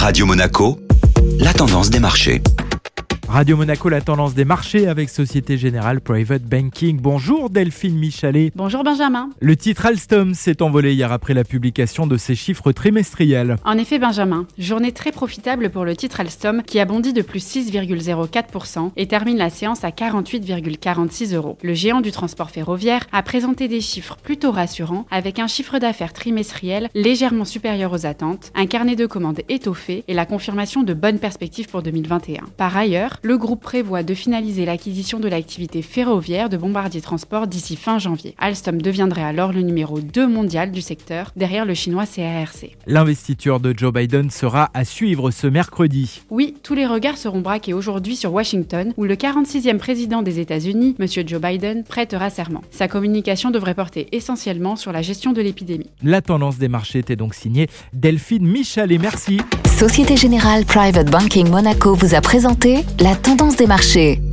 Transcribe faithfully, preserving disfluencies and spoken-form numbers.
Radio Monaco, la tendance des marchés. Radio Monaco, la tendance des marchés avec Société Générale Private Banking. Bonjour Delphine Michalet. Bonjour Benjamin. Le titre Alstom s'est envolé hier après la publication de ses chiffres trimestriels. En effet Benjamin, journée très profitable pour le titre Alstom qui a bondi de plus six virgule zéro quatre pour cent et termine la séance à quarante-huit virgule quarante-six euros. Le géant du transport ferroviaire a présenté des chiffres plutôt rassurants avec un chiffre d'affaires trimestriel légèrement supérieur aux attentes, un carnet de commandes étoffé et la confirmation de bonnes perspectives pour deux mille vingt et un. Par ailleurs, le groupe prévoit de finaliser l'acquisition de l'activité ferroviaire de Bombardier Transport d'ici fin janvier. Alstom deviendrait alors le numéro deux mondial du secteur, derrière le chinois C A R C. L'investiture de Joe Biden sera à suivre ce mercredi. Oui, tous les regards seront braqués aujourd'hui sur Washington, où le quarante-sixième président des États-Unis, M. Joe Biden, prêtera serment. Sa communication devrait porter essentiellement sur la gestion de l'épidémie. La tendance des marchés était donc signée Delphine Michalet. Merci. Société Générale Private Banking Monaco vous a présenté la tendance des marchés.